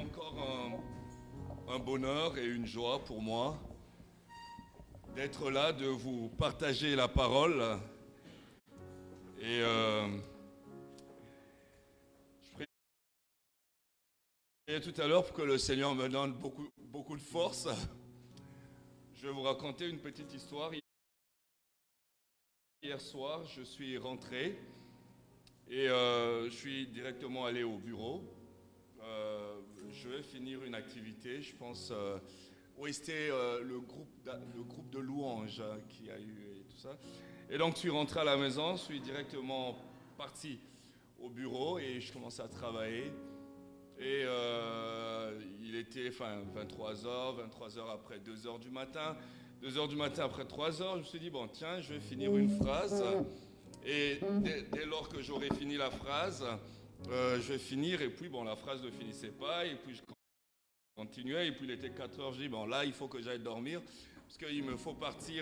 encore un bonheur et une joie pour moi d'être là, de vous partager la parole. Et je priais tout à l'heure pour que le Seigneur me donne beaucoup de force. Je vais vous raconter une petite histoire. Hier soir, je suis rentré et je suis directement allé au bureau. Je vais finir une activité, je pense. Oui, c'était le groupe de louanges qui a eu et tout ça. Et donc, je suis rentré à la maison, je suis directement parti au bureau et je commençais à travailler. Et il était 23h après 2h du matin. 2h du matin après 3h, je me suis dit, bon, tiens, je vais finir une phrase. Et dès lors que j'aurai fini la phrase, je vais finir. Et puis, bon, la phrase ne finissait pas. Et puis, je continuais. Et puis, il était 4h. Je dis, bon, là, il faut que j'aille dormir. Parce qu'il me faut partir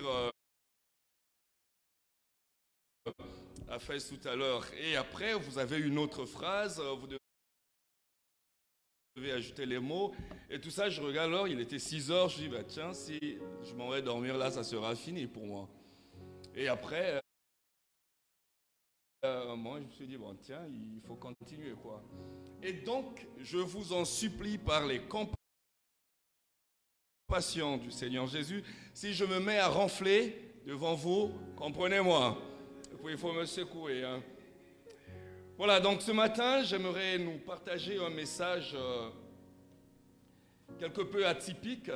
à Fès tout à l'heure. Et après, vous avez une autre phrase. Vous devez ajouter les mots. Et tout ça, je regarde l'heure. Il était 6h. Je dis, bah, tiens, si je m'en vais dormir là, ça sera fini pour moi. Et après... moi, je me suis dit, bon, tiens, il faut continuer, quoi. Et donc, je vous en supplie par les compassions du Seigneur Jésus, si je me mets à ronfler devant vous, comprenez-moi. Et puis, il faut me secouer. Hein. Voilà, donc ce matin, j'aimerais nous partager un message quelque peu atypique.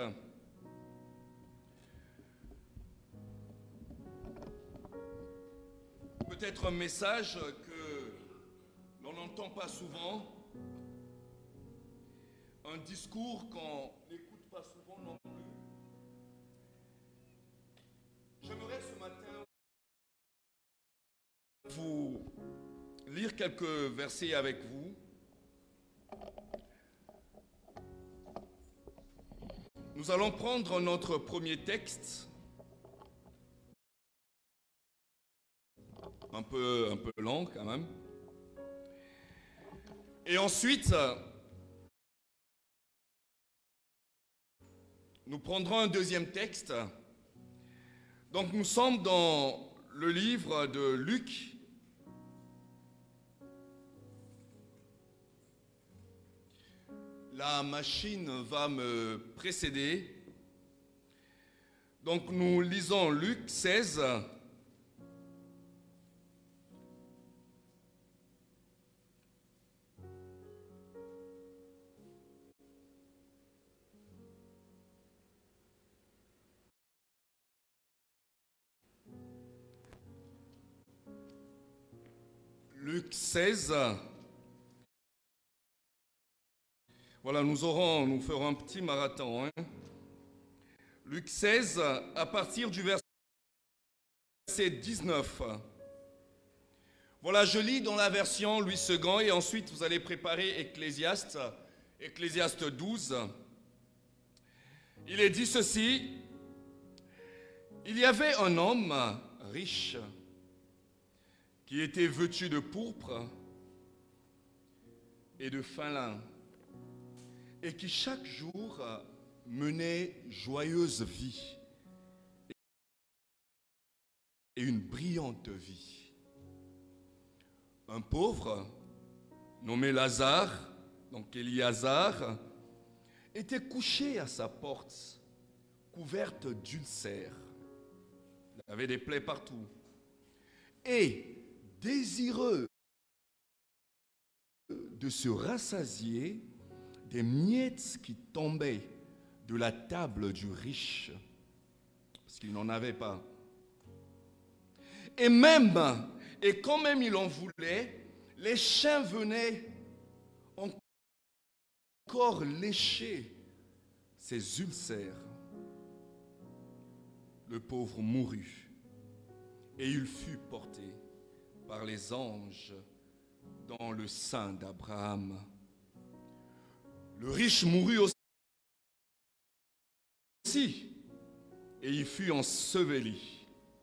Peut-être un message que l'on n'entend pas souvent, un discours qu'on n'écoute pas souvent non plus. J'aimerais ce matin vous lire quelques versets avec vous. Nous allons prendre notre premier texte. Un peu long quand même. Et ensuite, nous prendrons un deuxième texte. Donc nous sommes dans le livre de Luc. La machine va me précéder. Donc nous lisons Luc 16. Luc 16. Voilà, nous ferons un petit marathon. Hein. Luc 16, à partir du verset 19. Voilà, je lis dans la version Louis II et ensuite vous allez préparer Ecclésiaste 12. Il est dit ceci, il y avait un homme riche qui était vêtu de pourpre et de fin lin, et qui chaque jour menait joyeuse vie et une brillante vie. Un pauvre, nommé Lazare, donc Éliazar, était couché à sa porte, couverte d'ulcères. Il avait des plaies partout. Et désireux de se rassasier des miettes qui tombaient de la table du riche, parce qu'il n'en avait pas. Et quand même il en voulait, les chiens venaient encore lécher ses ulcères. Le pauvre mourut. Et il fut porté par les anges dans le sein d'Abraham. Le riche mourut aussi, et il fut enseveli.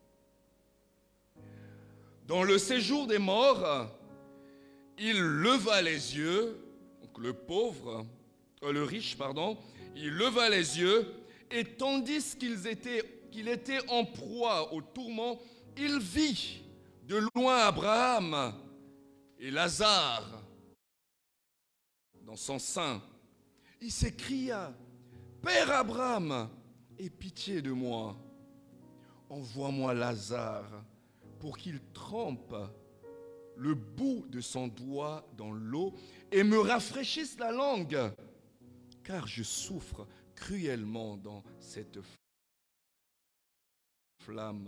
Dans le séjour des morts, il leva les yeux, donc le pauvre, le riche, pardon, il leva les yeux et tandis qu'il était en proie au tourment, il vit de loin Abraham et Lazare dans son sein. Il s'écria, « Père Abraham, aie pitié de moi. Envoie-moi Lazare pour qu'il trempe le bout de son doigt dans l'eau et me rafraîchisse la langue, car je souffre cruellement dans cette flamme. »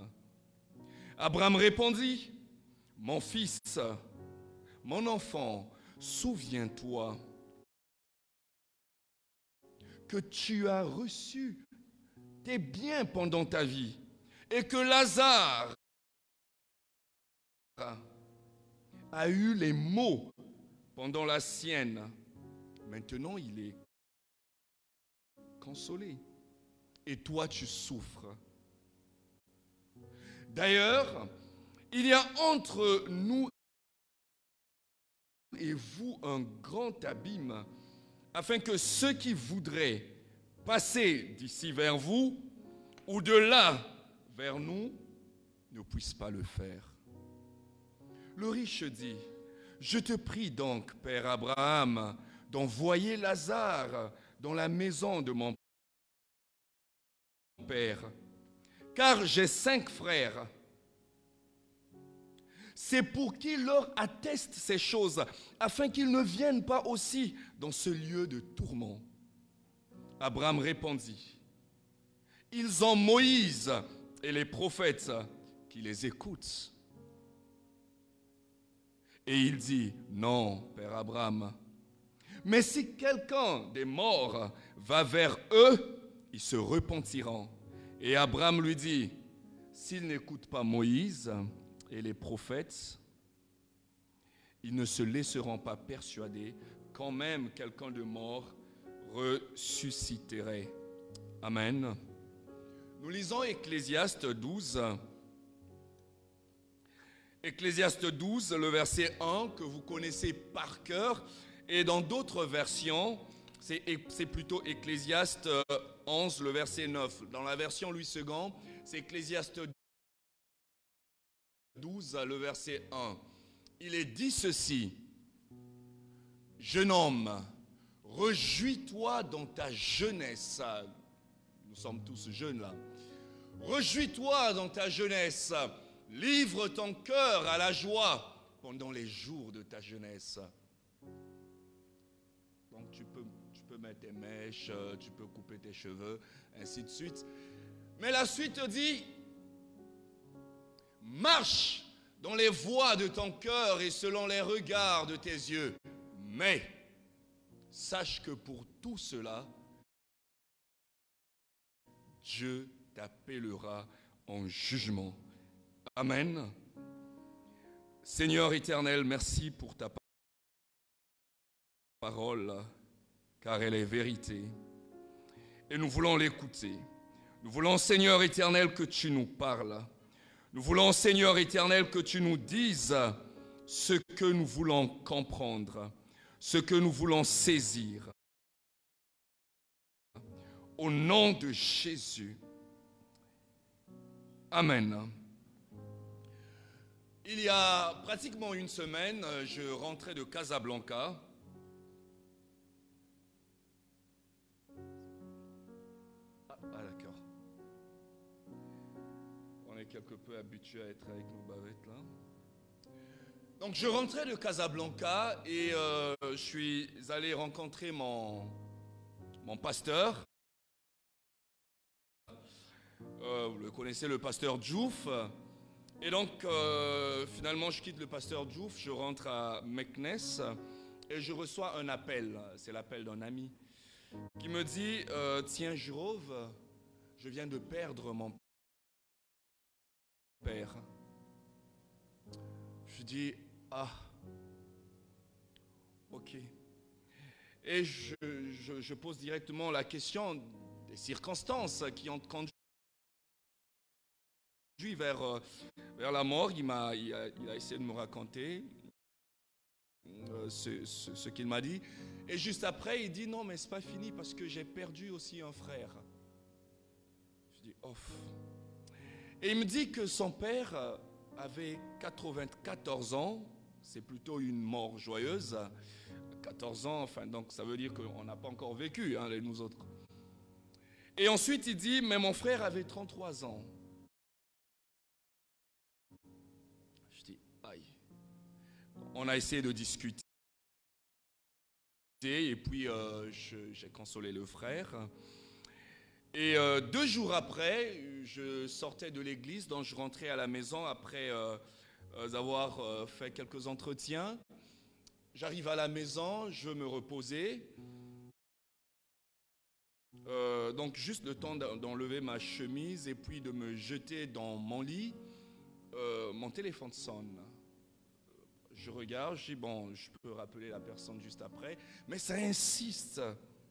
Abraham répondit, « Mon fils, mon enfant, souviens-toi que tu as reçu tes biens pendant ta vie et que Lazare a eu les maux pendant la sienne. Maintenant, il est consolé et toi, tu souffres. D'ailleurs, il y a entre nous et vous un grand abîme, afin que ceux qui voudraient passer d'ici vers vous ou de là vers nous ne puissent pas le faire. » Le riche dit, « Je te prie donc, Père Abraham, d'envoyer Lazare dans la maison de mon père, car j'ai 5 frères. C'est pour qu'il leur atteste ces choses, afin qu'ils ne viennent pas aussi dans ce lieu de tourment. » Abraham répondit, « Ils ont Moïse et les prophètes qui les écoutent. » Et il dit, « Non, Père Abraham, mais si quelqu'un des morts va vers eux, ils se repentiront. » Et Abraham lui dit, « S'ils n'écoutent pas Moïse et les prophètes, ils ne se laisseront pas persuader quand même quelqu'un de mort ressusciterait. » Amen. Nous lisons Ecclésiaste 12. Ecclésiaste 12, le verset 1 que vous connaissez par cœur. Et dans d'autres versions, c'est plutôt Ecclésiaste 11, le verset 9. Dans la version Louis II, c'est Ecclésiaste 12, le verset 1. Il est dit ceci, « Jeune homme, réjouis-toi dans ta jeunesse. » Nous sommes tous jeunes là. « Réjouis-toi dans ta jeunesse. Livre ton cœur à la joie pendant les jours de ta jeunesse. » Donc tu peux mettre tes mèches, tu peux couper tes cheveux, ainsi de suite. Mais la suite dit, « Marche dans les voies de ton cœur et selon les regards de tes yeux. Mais sache que pour tout cela, Dieu t'appellera en jugement. » Amen. Seigneur éternel, merci pour ta parole, car elle est vérité. Et nous voulons l'écouter. Nous voulons, Seigneur éternel, que tu nous parles. Nous voulons, Seigneur éternel, que tu nous dises ce que nous voulons comprendre, ce que nous voulons saisir. Au nom de Jésus. Amen. Il y a pratiquement une semaine, je rentrais de Casablanca. Ah d'accord. On est quelque peu habitué à être avec nos bavettes là. Donc je rentrais de Casablanca et je suis allé rencontrer mon pasteur. Vous le connaissez, le pasteur Diouf. Et donc, finalement, je quitte le pasteur Diouf, je rentre à Meknès et je reçois un appel. C'est l'appel d'un ami qui me dit « Tiens, Jérôme, je viens de perdre mon père. » Je dis « Ah, ok. » Et je pose directement la question des circonstances qui ont conduit vers la mort. Il a essayé de me raconter ce qu'il m'a dit. Et juste après, il dit, non, mais c'est pas fini parce que j'ai perdu aussi un frère. Je dis, off. Et il me dit que son père avait 94 ans. C'est plutôt une mort joyeuse. 14 ans, enfin, donc ça veut dire qu'on n'a pas encore vécu, hein, nous autres. Et ensuite, il dit, mais mon frère avait 33 ans. Je dis, aïe. On a essayé de discuter. Et puis, j'ai consolé le frère. Et 2 jours après, je sortais de l'église, donc je rentrais à la maison après avoir fait quelques entretiens. J'arrive à la maison, je me reposais. Donc juste le temps d'enlever ma chemise et puis de me jeter dans mon lit, mon téléphone sonne. Je regarde, je dis bon, je peux rappeler la personne juste après, mais ça insiste.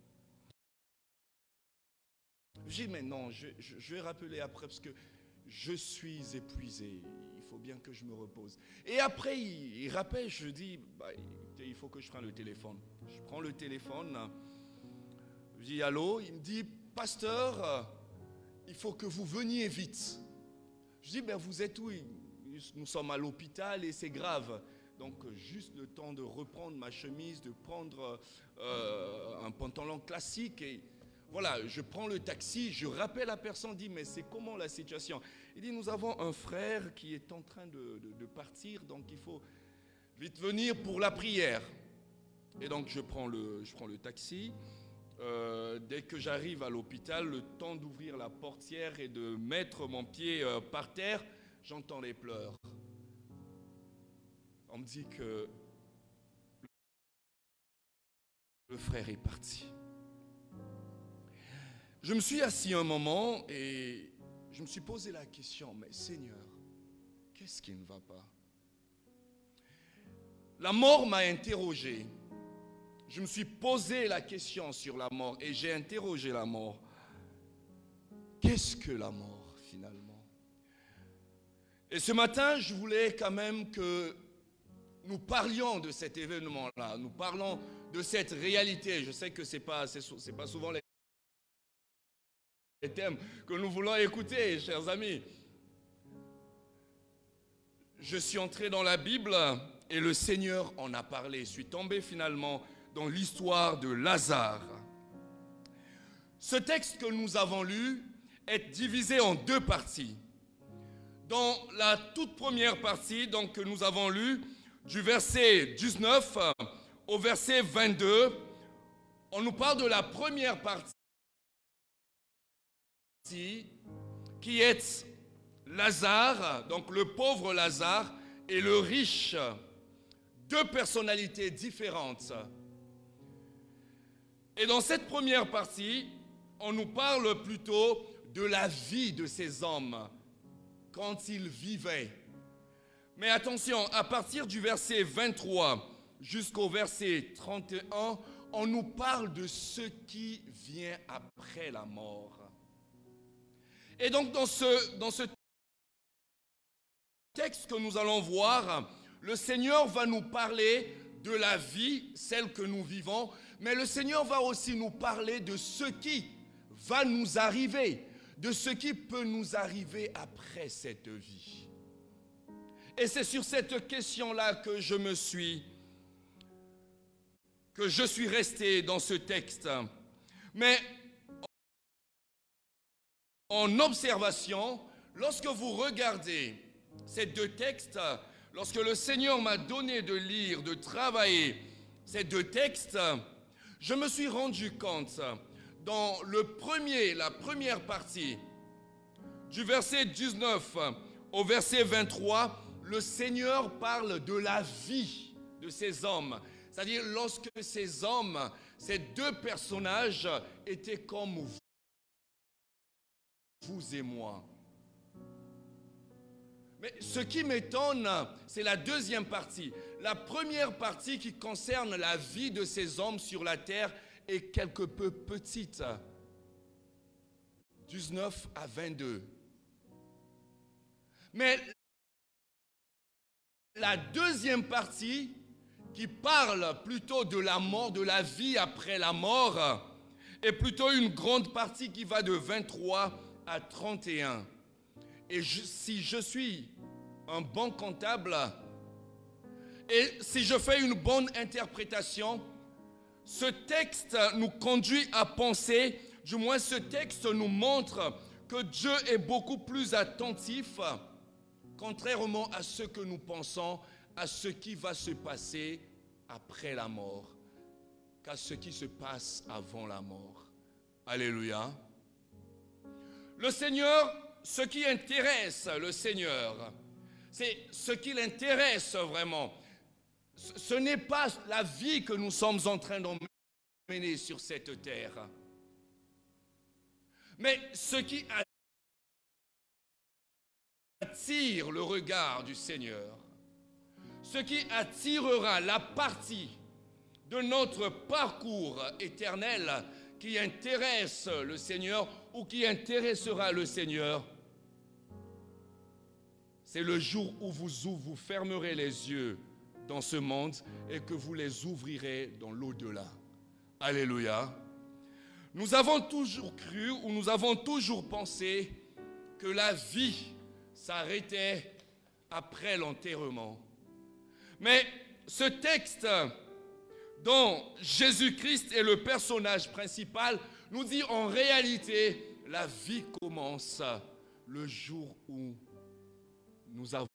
Je dis mais non, je vais rappeler après parce que je suis épuisé, il faut bien que je me repose. Et après il rappelle, je dis bah, il faut que je prenne le téléphone. Je prends le téléphone. Je dis allô, il me dit pasteur, il faut que vous veniez vite. Je dis ben vous êtes où? Nous sommes à l'hôpital et c'est grave. Donc juste le temps de reprendre ma chemise, de prendre un pantalon classique et voilà, je prends le taxi, je rappelle la personne, dit mais c'est comment la situation? Il dit nous avons un frère qui est en train de partir, donc il faut vite venir pour la prière. Et donc je prends le taxi. Dès que j'arrive à l'hôpital, le temps d'ouvrir la portière et de mettre mon pied par terre, j'entends les pleurs. On me dit que le frère est parti. Je me suis assis un moment et je me suis posé la question, mais Seigneur, qu'est-ce qui ne va pas? La mort m'a interrogé. Je me suis posé la question sur la mort et j'ai interrogé la mort. Qu'est-ce que la mort finalement? Et ce matin, je voulais quand même que nous parlions de cet événement-là. Nous parlons de cette réalité. Je sais que c'est pas souvent les thèmes que nous voulons écouter, chers amis. Je suis entré dans la Bible et le Seigneur en a parlé. Je suis tombé finalement dans l'histoire de Lazare. Ce texte que nous avons lu est divisé en 2 parties. Dans la toute première partie, donc, que nous avons lue, du verset 19 au verset 22, on nous parle de la première partie qui est Lazare, donc le pauvre Lazare, et le riche, 2 personnalités différentes. Et dans cette première partie, on nous parle plutôt de la vie de ces hommes quand ils vivaient. Mais attention, à partir du verset 23 jusqu'au verset 31, on nous parle de ce qui vient après la mort. Et donc dans ce texte que nous allons voir, le Seigneur va nous parler de la vie, celle que nous vivons, mais le Seigneur va aussi nous parler de ce qui va nous arriver, de ce qui peut nous arriver après cette vie. Et c'est sur cette question-là que je suis resté dans ce texte. Mais en observation, lorsque vous regardez ces 2 textes, lorsque le Seigneur m'a donné de lire, de travailler ces 2 textes, je me suis rendu compte dans la première partie, du verset 19 au verset 23, le Seigneur parle de la vie de ces hommes. C'est-à-dire lorsque ces hommes, ces 2 personnages étaient comme vous et moi. Mais ce qui m'étonne, c'est la deuxième partie. La première partie qui concerne la vie de ces hommes sur la terre est quelque peu petite. 19 à 22. Mais la deuxième partie qui parle plutôt de la mort, de la vie après la mort, et plutôt une grande partie qui va de 23 à 31. Et si je suis un bon comptable, et si je fais une bonne interprétation, ce texte nous conduit à penser, du moins ce texte nous montre que Dieu est beaucoup plus attentif, contrairement à ce que nous pensons, à ce qui va se passer après la mort, qu'à ce qui se passe avant la mort. Alléluia. Le Seigneur, ce qui intéresse le Seigneur, c'est ce qui l'intéresse vraiment. Ce n'est pas la vie que nous sommes en train d'emmener sur cette terre. Mais ce qui attire le regard du Seigneur, ce qui attirera la partie de notre parcours éternel qui intéresse le Seigneur ou qui intéressera le Seigneur, c'est le jour où vous fermerez les yeux dans ce monde et que vous les ouvrirez dans l'au-delà. Alléluia. Nous avons toujours cru ou nous avons toujours pensé que la vie s'arrêtait après l'enterrement. Mais ce texte dont Jésus-Christ est le personnage principal nous dit en réalité la vie commence le jour où nous avons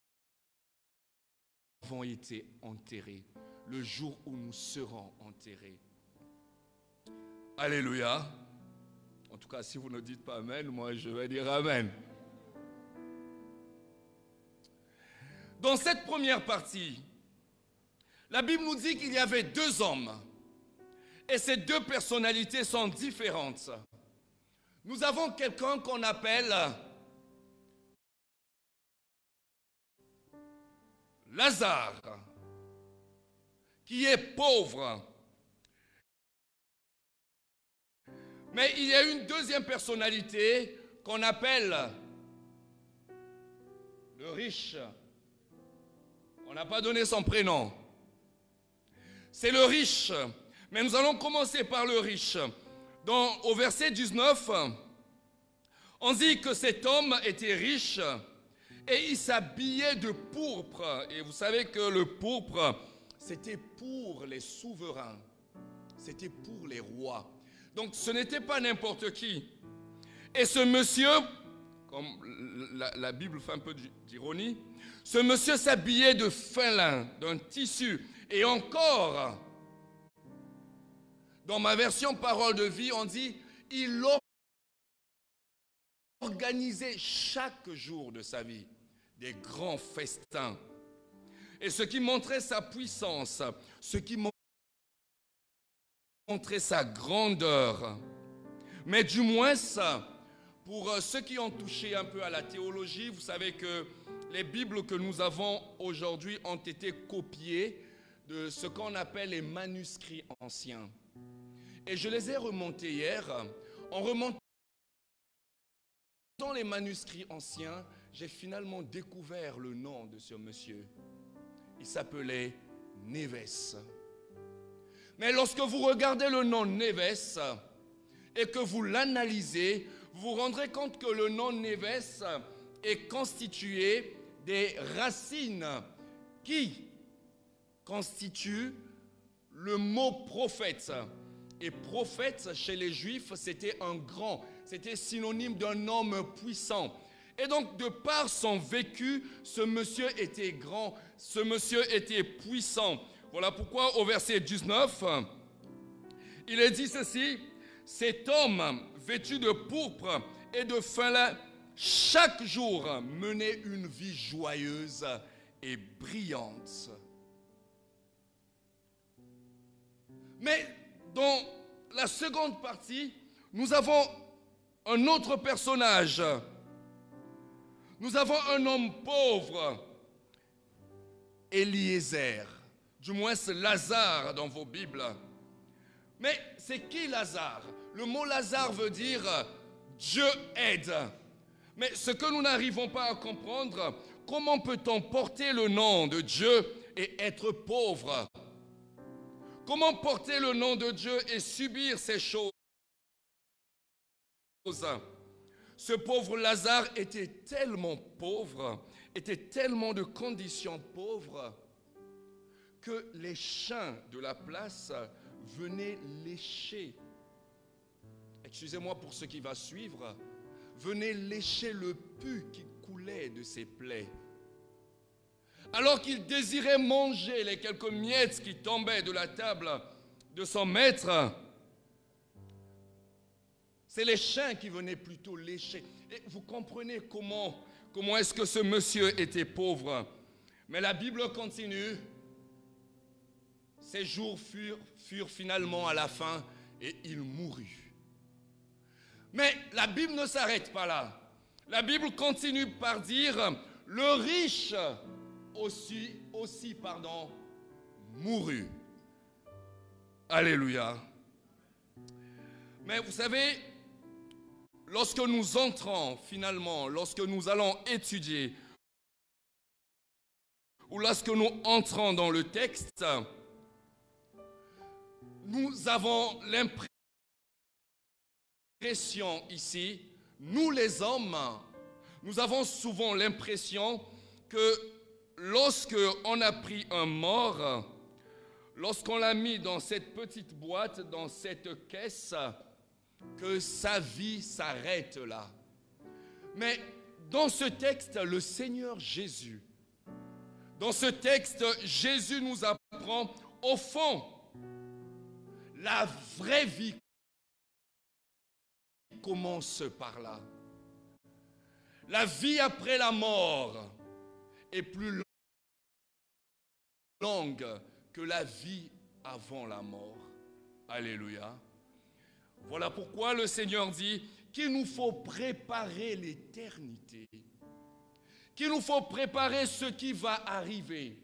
été enterrés, le jour où nous serons enterrés. Alléluia. En tout cas, si vous ne dites pas Amen, moi je vais dire Amen. Dans cette première partie, la Bible nous dit qu'il y avait deux hommes. Et ces deux personnalités sont différentes. Nous avons quelqu'un qu'on appelle Lazare, qui est pauvre. Mais il y a une deuxième personnalité qu'on appelle le riche. On n'a pas donné son prénom. C'est le riche. Mais nous allons commencer par le riche. Au verset 19, on dit que cet homme était riche et il s'habillait de pourpre. Et vous savez que le pourpre, c'était pour les souverains. C'était pour les rois. Donc ce n'était pas n'importe qui. Et ce monsieur, comme la Bible fait un peu d'ironie, ce monsieur s'habillait de fin lin, d'un tissu. Et encore, dans ma version Parole de vie, on dit, il organisait chaque jour de sa vie des grands festins. Et ce qui montrait sa puissance, ce qui montrait sa grandeur. Mais du moins, pour ceux qui ont touché un peu à la théologie, vous savez que les Bibles que nous avons aujourd'hui ont été copiées de ce qu'on appelle les manuscrits anciens. Et je les ai remontés hier. En remontant les manuscrits anciens, j'ai finalement découvert le nom de ce monsieur. Il s'appelait Névès. Mais lorsque vous regardez le nom Névès et que vous l'analysez, vous vous rendrez compte que le nom Névès est constitué des racines qui constituent le mot prophète. Et prophète, chez les Juifs, c'était un grand, c'était synonyme d'un homme puissant. Et donc, de par son vécu, ce monsieur était grand, ce monsieur était puissant. Voilà pourquoi, au verset 19, il est dit ceci, « Cet homme, vêtu de pourpre et de fin lin, chaque jour menait une vie joyeuse et brillante. » Mais dans la seconde partie, nous avons un autre personnage. Nous avons un homme pauvre, Eliezer. Du moins, c'est Lazare dans vos Bibles. Mais c'est qui Lazare? Le mot Lazare veut dire Dieu aide. Mais ce que nous n'arrivons pas à comprendre, comment peut-on porter le nom de Dieu et être pauvre? Comment porter le nom de Dieu et subir ces choses? Ce pauvre Lazare était tellement pauvre, était tellement de conditions pauvres, que les chiens de la place venaient lécher. Excusez-moi pour ce qui va suivre. Venaient lécher le pus qui coulait de ses plaies. Alors qu'il désirait manger les quelques miettes qui tombaient de la table de son maître, c'est les chiens qui venaient plutôt lécher. Et vous comprenez comment est-ce que ce monsieur était pauvre. Mais la Bible continue. Ses jours furent finalement à la fin et il mourut. Mais la Bible ne s'arrête pas là. La Bible continue par dire, le riche aussi mourut. Alléluia. Mais vous savez, lorsque nous entrons finalement, lorsque nous allons étudier, ou lorsque nous entrons dans le texte, nous avons l'impression ici, nous les hommes, nous avons souvent l'impression que lorsque on a pris un mort, lorsqu'on l'a mis dans cette petite boîte, dans cette caisse, que sa vie s'arrête là. Mais dans ce texte, le Seigneur Jésus, dans ce texte, Jésus nous apprend au fond, la vraie vie commence par là. La vie après la mort est plus longue que la vie avant la mort. Alléluia. Voilà pourquoi le Seigneur dit qu'il nous faut préparer l'éternité, qu'il nous faut préparer ce qui va arriver.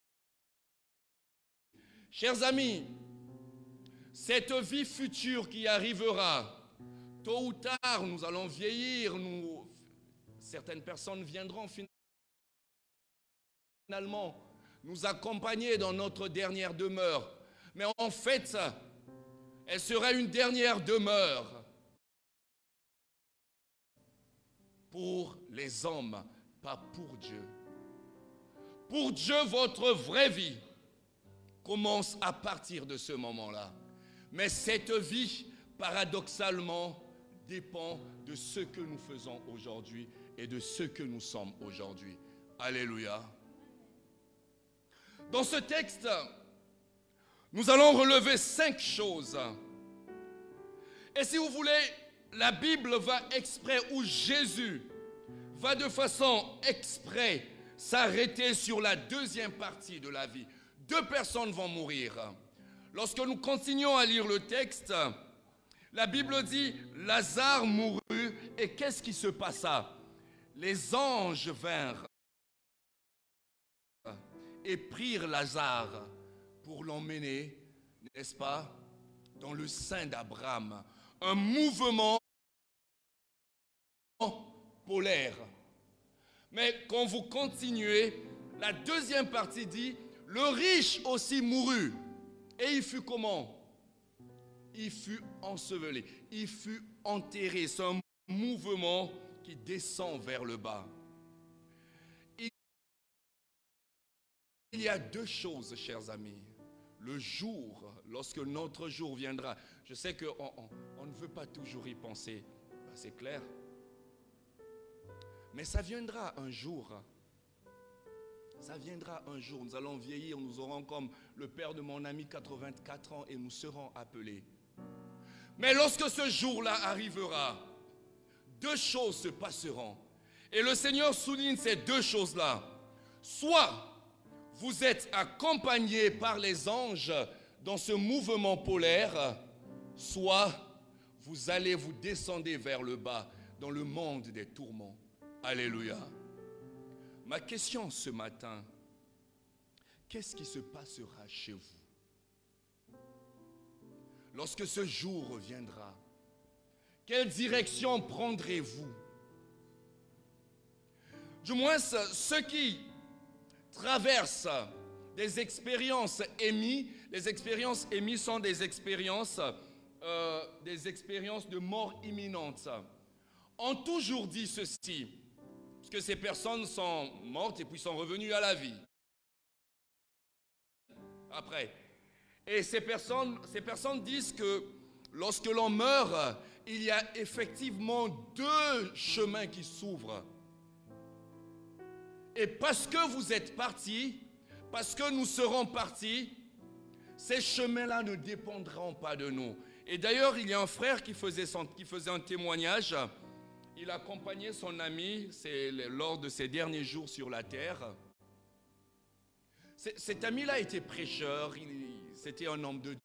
Chers amis, cette vie future qui arrivera, tôt ou tard, nous allons vieillir, certaines personnes viendront finalement nous accompagner dans notre dernière demeure. Mais en fait, elle sera une dernière demeure pour les hommes, pas pour Dieu. Pour Dieu, votre vraie vie commence à partir de ce moment-là. Mais cette vie, paradoxalement, dépend de ce que nous faisons aujourd'hui et de ce que nous sommes aujourd'hui. Alléluia. Dans ce texte, nous allons relever 5 choses. Et si vous voulez, la Bible va exprès, ou Jésus va de façon exprès s'arrêter sur la deuxième partie de la vie. 2 personnes vont mourir. Lorsque nous continuons à lire le texte, la Bible dit, Lazare mourut, et qu'est-ce qui se passa? Les anges vinrent et prirent Lazare pour l'emmener, n'est-ce pas, dans le sein d'Abraham. Un mouvement polaire. Mais quand vous continuez, la deuxième partie dit, le riche aussi mourut. Et il fut comment? Il fut enseveli, il fut enterré. C'est un mouvement qui descend vers le bas. Il y a 2 choses, chers amis. Le jour, lorsque notre jour viendra, je sais qu'on ne veut pas toujours y penser, c'est clair. Mais ça viendra un jour. Ça viendra un jour. Nous allons vieillir, nous aurons comme le père de mon ami 84 ans et nous serons appelés. Mais lorsque ce jour-là arrivera, 2 choses se passeront. Et le Seigneur souligne ces 2 choses-là. Soit vous êtes accompagnés par les anges dans ce mouvement polaire, soit vous allez vous descendre vers le bas dans le monde des tourments. Alléluia. Ma question ce matin, qu'est-ce qui se passera chez vous lorsque ce jour reviendra? Quelle direction prendrez-vous? Du moins, ceux qui traversent des expériences émises. Les expériences émises sont des expériences de mort imminente. On toujours dit ceci, parce que ces personnes sont mortes et puis sont revenues à la vie. Après. Et ces personnes disent que lorsque l'on meurt, il y a effectivement deux chemins qui s'ouvrent. Et parce que vous êtes partis, parce que nous serons partis, ces chemins-là ne dépendront pas de nous. Et d'ailleurs, il y a un frère qui faisait un témoignage. Il accompagnait son ami lors de ses derniers jours sur la terre. Cet ami-là était prêcheur, c'était un homme de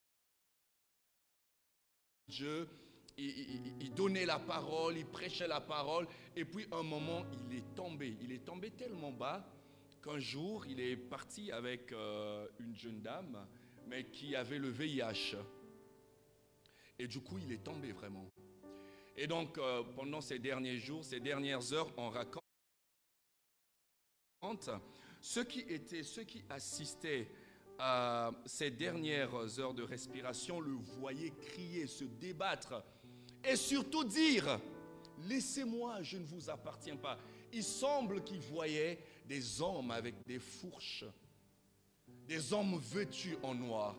Dieu, il donnait la parole, il prêchait la parole, et puis un moment, il est tombé tellement bas qu'un jour, il est parti avec une jeune dame, mais qui avait le VIH. Et du coup, il est tombé vraiment. Et donc, pendant ces derniers jours, ces dernières heures, on raconte ceux qui assistaient à ces dernières heures de respiration le voyaient crier, se débattre et surtout dire « Laissez-moi, je ne vous appartiens pas ». Il semble qu'ils voyaient des hommes avec des fourches, des hommes vêtus en noir.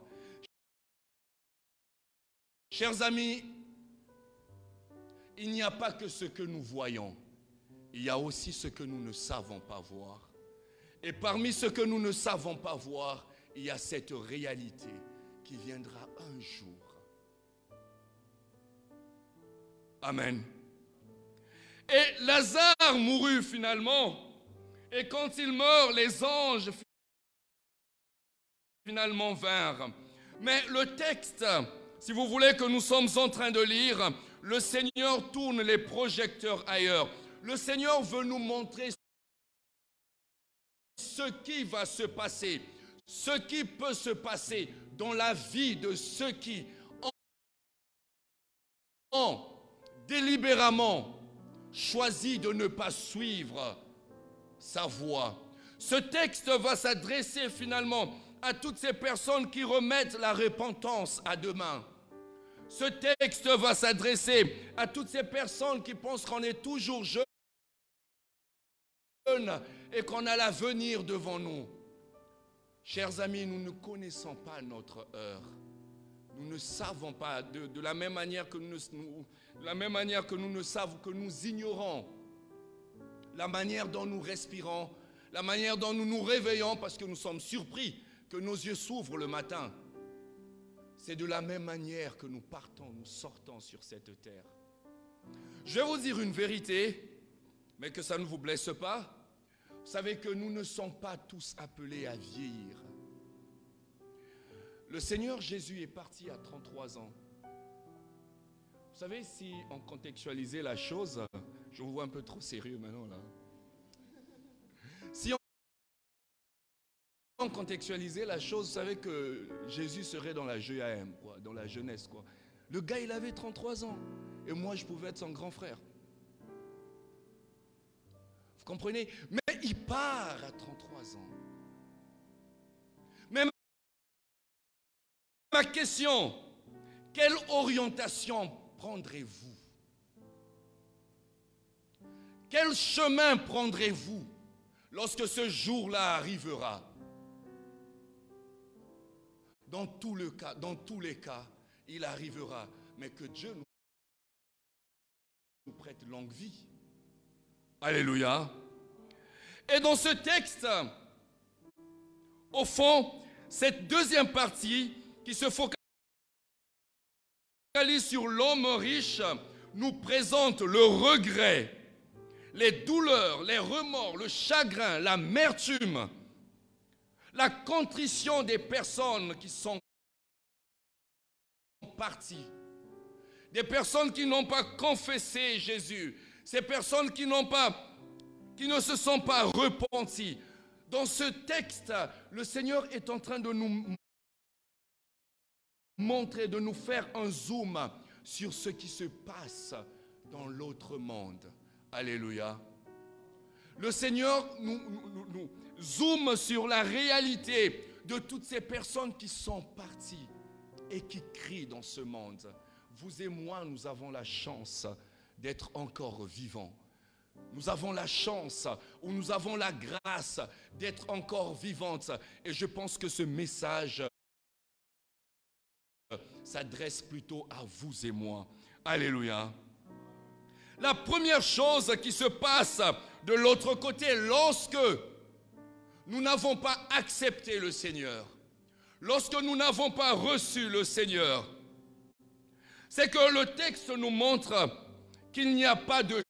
Chers amis, il n'y a pas que ce que nous voyons, il y a aussi ce que nous ne savons pas voir. Et parmi ce que nous ne savons pas voir, il y a cette réalité qui viendra un jour. Amen. Et Lazare mourut finalement. Et quand il meurt, les anges finalement vinrent. Mais le texte, si vous voulez, que nous sommes en train de lire, le Seigneur tourne les projecteurs ailleurs. Le Seigneur veut nous montrer ce qui va se passer, ce qui peut se passer dans la vie de ceux qui ont délibérément choisi de ne pas suivre sa voie. Ce texte va s'adresser finalement à toutes ces personnes qui remettent la repentance à demain. Ce texte va s'adresser à toutes ces personnes qui pensent qu'on est toujours jeune et qu'on a l'avenir devant nous. Chers amis, nous ne connaissons pas notre heure. Nous ne savons pas, de la même manière que nous ignorons la manière dont nous respirons, la manière dont nous nous réveillons parce que nous sommes surpris que nos yeux s'ouvrent le matin. C'est de la même manière que nous sortons sur cette terre. Je vais vous dire une vérité, mais que ça ne vous blesse pas. Vous savez que nous ne sommes pas tous appelés à vieillir. Le Seigneur Jésus est parti à 33 ans. Vous savez, si on contextualisait la chose, je vous vois un peu trop sérieux maintenant là. Si on contextualisait la chose, vous savez que Jésus serait dans la JAM, quoi, dans la jeunesse, quoi. Le gars, il avait 33 ans. Et moi, je pouvais être son grand frère. Vous comprenez? Mais il part à 33 ans. Mais ma question, quelle orientation prendrez-vous? Quel chemin prendrez-vous lorsque ce jour-là arrivera? Dans tous les cas, il arrivera. Mais que Dieu nous prête longue vie. Alléluia. Et dans ce texte, au fond, cette deuxième partie qui se focalise sur l'homme riche nous présente le regret, les douleurs, les remords, le chagrin, l'amertume, la contrition des personnes qui sont parties, des personnes qui n'ont pas confessé Jésus, ces personnes qui ne se sont pas repenties. Dans ce texte, le Seigneur est en train de nous montrer, de nous faire un zoom sur ce qui se passe dans l'autre monde. Alléluia. Le Seigneur nous zoome sur la réalité de toutes ces personnes qui sont parties et qui crient dans ce monde. Vous et moi, nous avons la chance d'être encore vivants. Nous avons la chance ou nous avons la grâce d'être encore vivantes. Et je pense que ce message s'adresse plutôt à vous et moi. Alléluia. La première chose qui se passe de l'autre côté, lorsque nous n'avons pas accepté le Seigneur, lorsque nous n'avons pas reçu le Seigneur, c'est que le texte nous montre qu'il n'y a pas de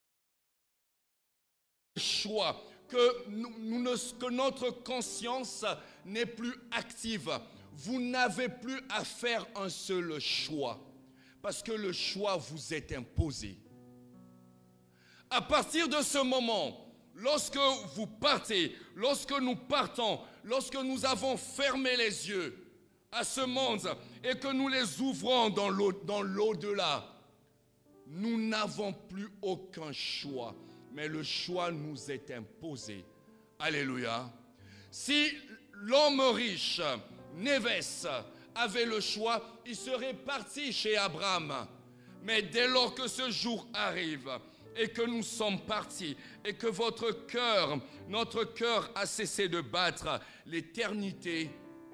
choix, que notre conscience n'est plus active. Vous n'avez plus à faire un seul choix, parce que le choix vous est imposé. À partir de ce moment, lorsque vous partez, lorsque nous partons, lorsque nous avons fermé les yeux à ce monde et que nous les ouvrons dans l'au-delà, nous n'avons plus aucun choix, mais le choix nous est imposé. Alléluia. Si l'homme riche, Névès, avait le choix, il serait parti chez Abraham. Mais dès lors que ce jour arrive et que nous sommes partis et que notre cœur a cessé de battre, l'éternité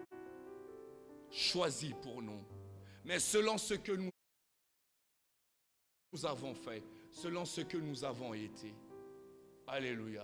choisit pour nous. Mais selon ce que nous avons fait, selon ce que nous avons été. Alléluia.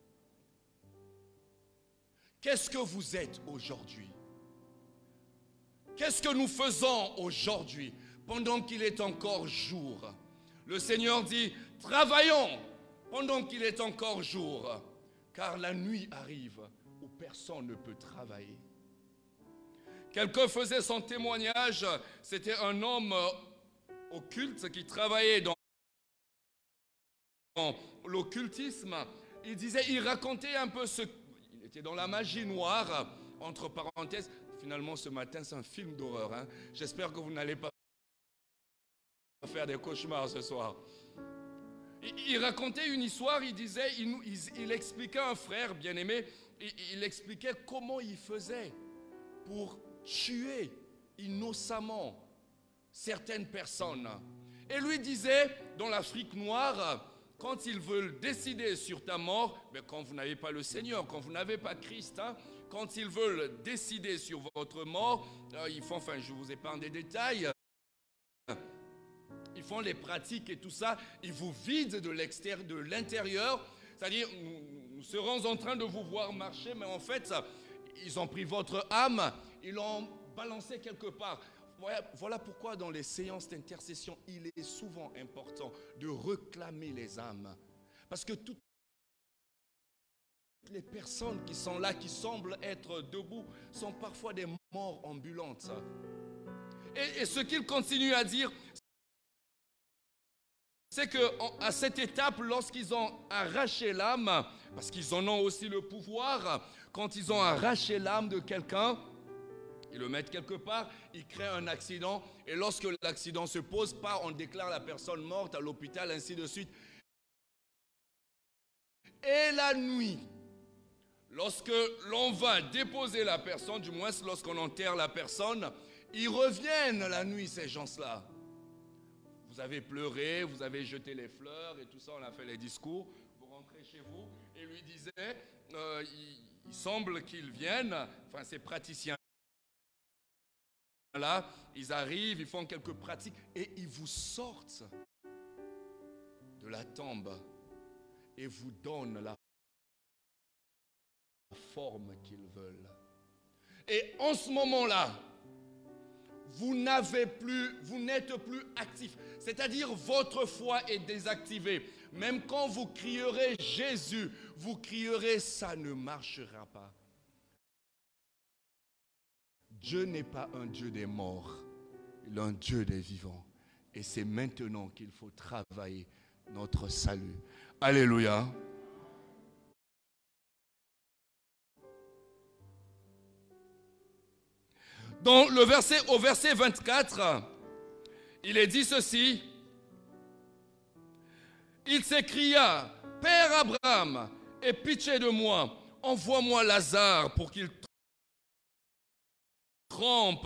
Qu'est-ce que vous êtes aujourd'hui? Qu'est-ce que nous faisons aujourd'hui pendant qu'il est encore jour? Le Seigneur dit, travaillons pendant qu'il est encore jour, car la nuit arrive où personne ne peut travailler. Quelqu'un faisait son témoignage, c'était un homme occulte qui travaillait dans l'occultisme. Il racontait un peu il était dans la magie noire, entre parenthèses. Finalement, ce matin, c'est un film d'horreur. Hein. J'espère que vous n'allez pas faire des cauchemars ce soir. Il racontait une histoire, il expliquait à un frère bien-aimé, il expliquait comment il faisait pour tuer innocemment certaines personnes. Et lui disait, dans l'Afrique noire, quand ils veulent décider sur ta mort, mais quand vous n'avez pas le Seigneur, quand vous n'avez pas Christ, hein, quand ils veulent décider sur votre mort, ils font, je vous épargne des détails, ils font les pratiques et tout ça, ils vous vident de l'intérieur, c'est-à-dire nous serons en train de vous voir marcher, mais en fait, ils ont pris votre âme, ils l'ont balancée quelque part. Voilà pourquoi dans les séances d'intercession, il est souvent important de réclamer les âmes. Parce que toutes les personnes qui sont là, qui semblent être debout, sont parfois des morts ambulantes. Et ce qu'il continue à dire, c'est qu'à cette étape, lorsqu'ils ont arraché l'âme, parce qu'ils en ont aussi le pouvoir, quand ils ont arraché l'âme de quelqu'un, ils le mettent quelque part, ils créent un accident, et lorsque l'accident se pose, on déclare la personne morte à l'hôpital, ainsi de suite. Et la nuit, lorsque l'on va déposer la personne, du moins lorsqu'on enterre la personne, ils reviennent la nuit, ces gens-là. Vous avez pleuré, vous avez jeté les fleurs et tout ça, on a fait les discours, vous rentrez chez vous, et lui disait, il semble qu'ils viennent, ces praticiens, là, ils arrivent, ils font quelques pratiques et ils vous sortent de la tombe et vous donnent la forme qu'ils veulent. Et en ce moment-là, vous n'êtes plus actif. C'est-à-dire votre foi est désactivée. Même quand vous crierez Jésus, vous crierez ça ne marchera pas. Dieu n'est pas un Dieu des morts, il est un Dieu des vivants. Et c'est maintenant qu'il faut travailler notre salut. Alléluia. Au verset 24, il est dit ceci. Il s'écria, Père Abraham, aie pitié de moi. Envoie-moi Lazare pour qu'il trempe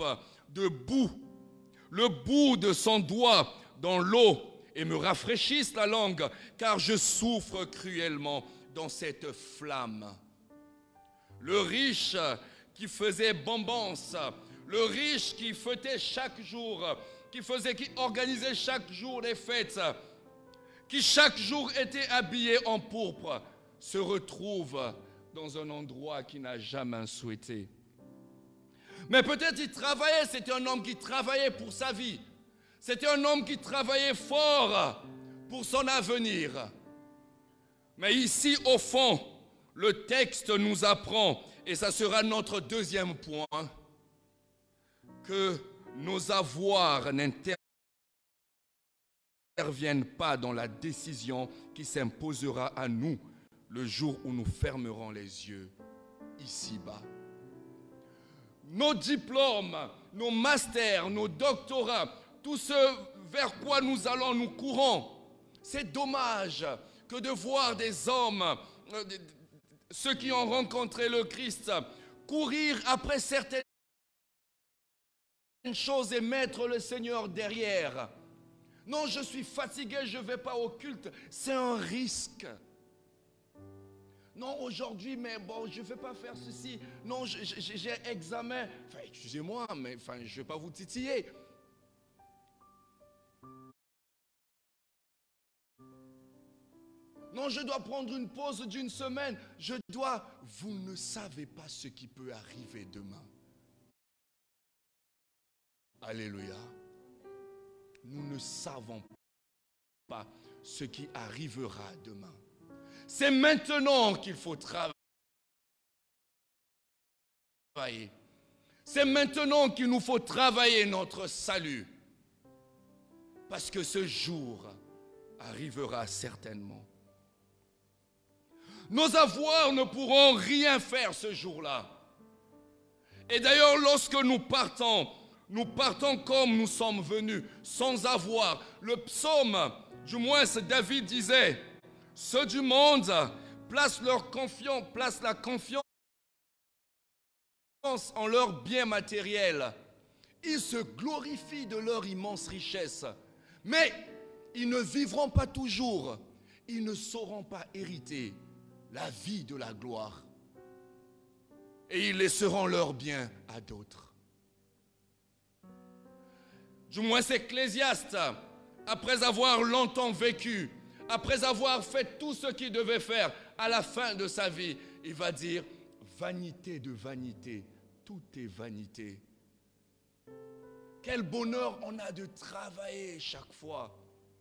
le bout de son doigt dans l'eau et me rafraîchisse la langue, car je souffre cruellement dans cette flamme. Le riche qui faisait bombance, le riche qui fêtait chaque jour, qui organisait chaque jour des fêtes, qui chaque jour était habillé en pourpre, se retrouve dans un endroit qu'il n'a jamais souhaité. Mais peut-être il travaillait, c'était un homme qui travaillait pour sa vie. C'était un homme qui travaillait fort pour son avenir. Mais ici, au fond, le texte nous apprend, et ça sera notre deuxième point, que nos avoirs n'interviennent pas dans la décision qui s'imposera à nous le jour où nous fermerons les yeux ici-bas. Nos diplômes, nos masters, nos doctorats, tout ce vers quoi nous allons, nous courons. C'est dommage que de voir des hommes, ceux qui ont rencontré le Christ, courir après certaines choses et mettre le Seigneur derrière. Non, je suis fatigué, je ne vais pas au culte. C'est un risque. Non, aujourd'hui, mais bon, je ne vais pas faire ceci. Non, j'ai examen. Enfin, excusez-moi, mais enfin, je ne vais pas vous titiller. Non, je dois prendre une pause d'une semaine. Vous ne savez pas ce qui peut arriver demain. Alléluia. Nous ne savons pas ce qui arrivera demain. C'est maintenant qu'il faut travailler. C'est maintenant qu'il nous faut travailler notre salut. Parce que ce jour arrivera certainement. Nos avoirs ne pourront rien faire ce jour-là. Et d'ailleurs, lorsque nous partons comme nous sommes venus, sans avoir. Le psaume, du moins David disait, ceux du monde placent la confiance en leurs biens matériels. Ils se glorifient de leur immense richesse. Mais ils ne vivront pas toujours. Ils ne sauront pas hériter la vie de la gloire. Et ils laisseront leurs biens à d'autres. Du moins c'est Ecclésiaste, après avoir longtemps vécu, après avoir fait tout ce qu'il devait faire, à la fin de sa vie, il va dire, vanité de vanité, tout est vanité. Quel bonheur on a de travailler chaque fois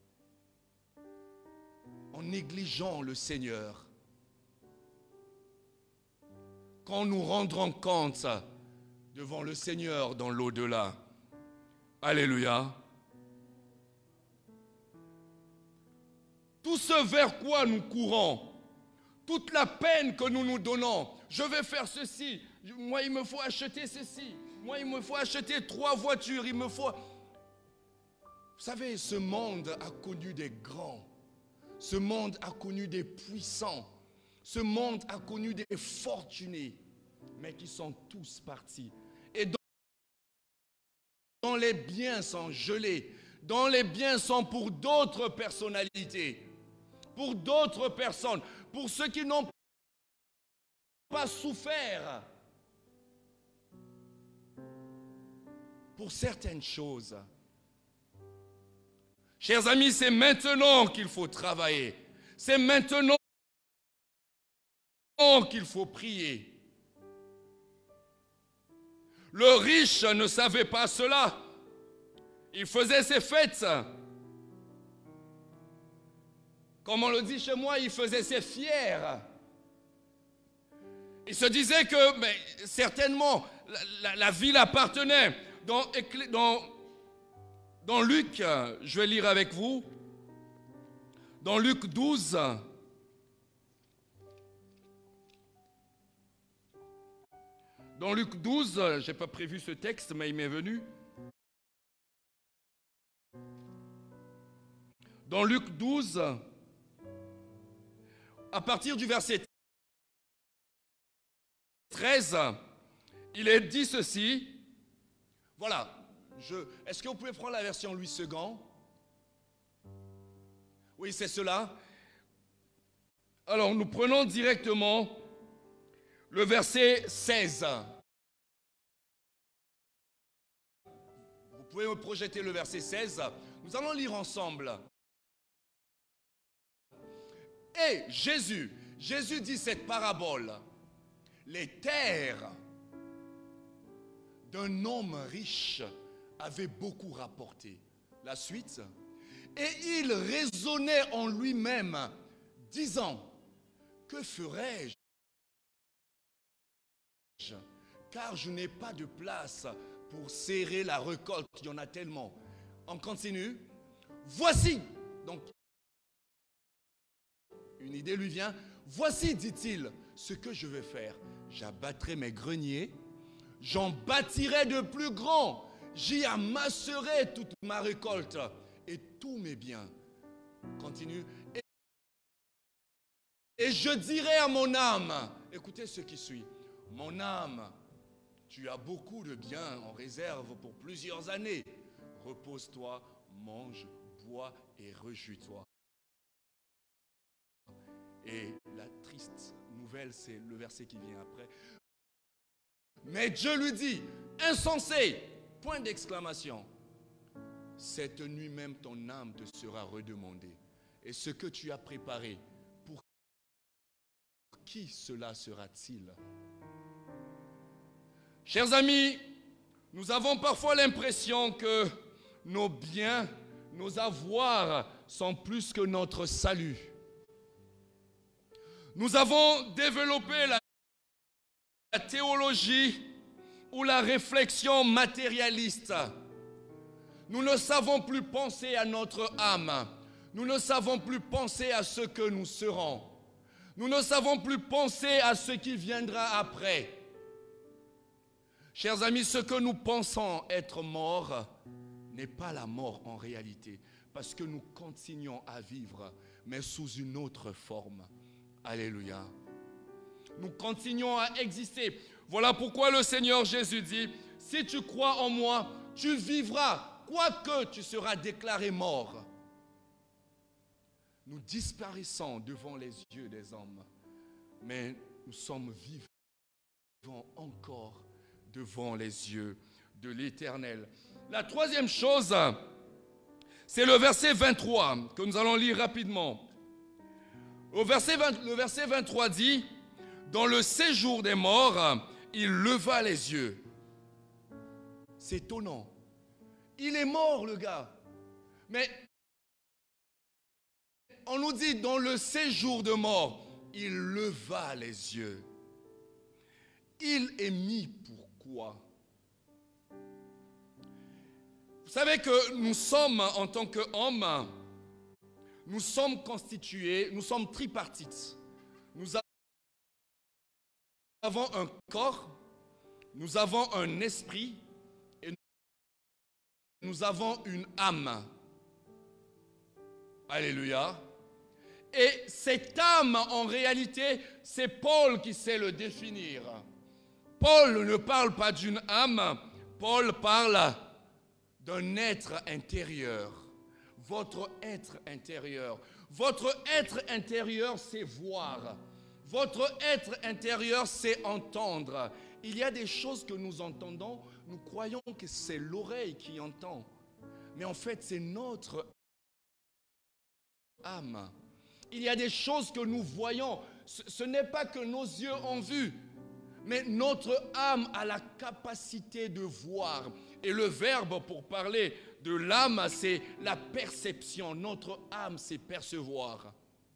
en négligeant le Seigneur. Quand nous rendrons compte devant le Seigneur dans l'au-delà. Alléluia. Tout ce vers quoi nous courons, toute la peine que nous nous donnons, je vais faire ceci, moi il me faut acheter ceci, moi il me faut acheter 3 voitures, il me faut... Vous savez, ce monde a connu des grands, ce monde a connu des puissants, ce monde a connu des fortunés, mais qui sont tous partis. Et dont les biens sont gelés, dont les biens sont pour d'autres personnalités, pour d'autres personnes, pour ceux qui n'ont pas souffert, pour certaines choses. Chers amis, c'est maintenant qu'il faut travailler. C'est maintenant qu'il faut prier. Le riche ne savait pas cela. Il faisait ses fêtes. Comme on le dit chez moi, il faisait ses fiers. Il se disait que certainement la ville appartenait. Dans Luc, je vais lire avec vous, dans Luc 12, je n'ai pas prévu ce texte, mais il m'est venu. Dans Luc 12, à partir du verset 13, il est dit ceci. Voilà. Est-ce que vous pouvez prendre la version Louis II? Oui, c'est cela. Alors, nous prenons directement le verset 16. Vous pouvez me projeter le verset 16. Nous allons lire ensemble. Et Jésus dit cette parabole. Les terres d'un homme riche avaient beaucoup rapporté. La suite. Et il raisonnait en lui-même, disant, que ferai-je? Car je n'ai pas de place pour serrer la récolte. Il y en a tellement. On continue. Voici. Donc, une idée lui vient. Voici, dit-il, ce que je vais faire. J'abattrai mes greniers. J'en bâtirai de plus grands. J'y amasserai toute ma récolte et tous mes biens. Continue. Et je dirai à mon âme, écoutez ce qui suit. Mon âme, tu as beaucoup de biens en réserve pour plusieurs années. Repose-toi, mange, bois et réjouis-toi. Et la triste nouvelle, c'est le verset qui vient après. Mais Dieu lui dit, insensé, point d'exclamation. Cette nuit même, ton âme te sera redemandée. Et ce que tu as préparé, pour qui cela sera-t-il? Chers amis, nous avons parfois l'impression que nos biens, nos avoirs sont plus que notre salut. Nous avons développé la théologie ou la réflexion matérialiste. Nous ne savons plus penser à notre âme. Nous ne savons plus penser à ce que nous serons. Nous ne savons plus penser à ce qui viendra après. Chers amis, ce que nous pensons être mort n'est pas la mort en réalité, parce que nous continuons à vivre, mais sous une autre forme. Alléluia. Nous continuons à exister. Voilà pourquoi le Seigneur Jésus dit, si tu crois en moi, tu vivras, quoique tu seras déclaré mort. Nous disparaissons devant les yeux des hommes, mais nous sommes vivants encore devant les yeux de l'Éternel. La troisième chose, c'est le verset 23 que nous allons lire rapidement. Le verset 23 dit, dans le séjour des morts, il leva les yeux. C'est étonnant. Il est mort, le gars. Mais on nous dit, dans le séjour de mort, il leva les yeux. Il est mis pourquoi? Vous savez que nous sommes, en tant qu'hommes, nous sommes constitués, nous sommes tripartites. Nous avons un corps, nous avons un esprit et nous avons une âme. Alléluia. Et cette âme, en réalité, c'est Paul qui sait le définir. Paul ne parle pas d'une âme, Paul parle d'un être intérieur. Votre être intérieur. Votre être intérieur, c'est voir. Votre être intérieur, c'est entendre. Il y a des choses que nous entendons, nous croyons que c'est l'oreille qui entend. Mais en fait, c'est notre âme. Il y a des choses que nous voyons. Ce n'est pas que nos yeux ont vu, mais notre âme a la capacité de voir. Et le verbe pour parler de l'âme, c'est la perception. Notre âme, c'est percevoir.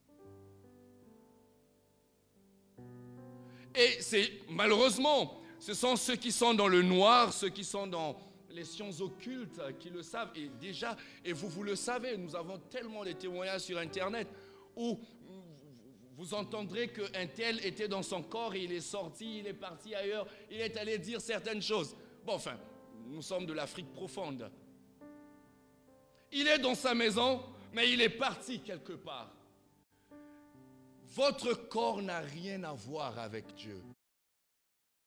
Et c'est malheureusement, ce sont ceux qui sont dans le noir, ceux qui sont dans les sciences occultes qui le savent. Et déjà, et vous le savez, nous avons tellement de témoignages sur Internet où vous entendrez qu'un tel était dans son corps et il est sorti, il est parti ailleurs, il est allé dire certaines choses. Bon, enfin, nous sommes de l'Afrique profonde. Il est dans sa maison, mais il est parti quelque part. Votre corps n'a rien à voir avec Dieu.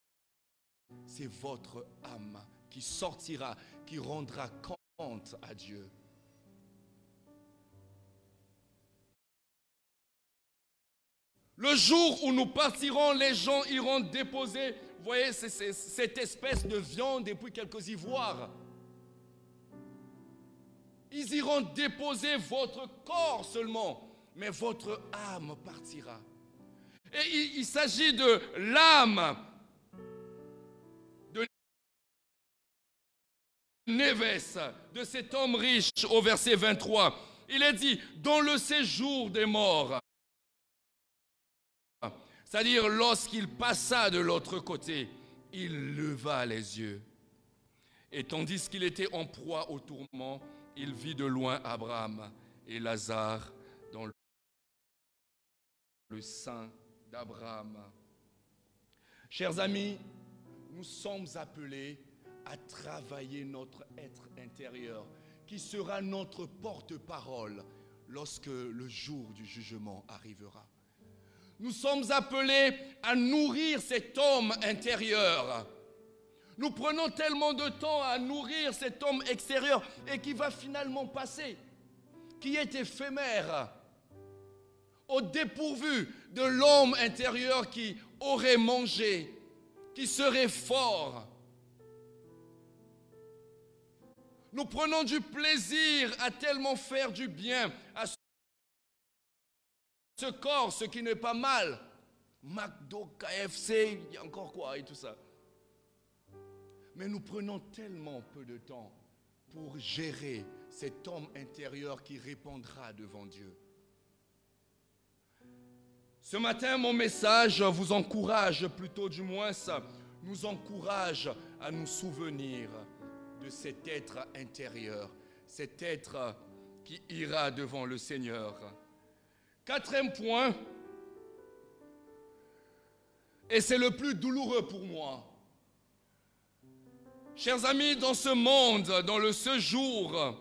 c'est votre âme qui sortira, qui rendra compte à Dieu. Le jour où nous partirons, les gens iront déposer, vous voyez, cette espèce de viande et puis quelques ivoires. Ils iront déposer votre corps seulement, mais votre âme partira. Et il s'agit de l'âme de Névès, de cet homme riche au verset 23. Il est dit, dans le séjour des morts, c'est-à-dire lorsqu'il passa de l'autre côté, il leva les yeux. Et tandis qu'il était en proie au tourment, il vit de loin Abraham et Lazare dans le sein d'Abraham. Chers amis, nous sommes appelés à travailler notre être intérieur, qui sera notre porte-parole lorsque le jour du jugement arrivera. Nous sommes appelés à nourrir cet homme intérieur. Nous prenons tellement de temps à nourrir cet homme extérieur et qui va finalement passer, qui est éphémère, au dépourvu de l'homme intérieur qui aurait mangé, qui serait fort. Nous prenons du plaisir à tellement faire du bien à ce corps, ce qui n'est pas mal. McDo, KFC, il y a encore quoi et tout ça. Mais nous prenons tellement peu de temps pour gérer cet homme intérieur qui répondra devant Dieu. Ce matin, mon message vous encourage, plutôt du moins ça, nous encourage à nous souvenir de cet être intérieur, cet être qui ira devant le Seigneur. Quatrième point, et c'est le plus douloureux pour moi. Chers amis, dans ce monde, dans le séjour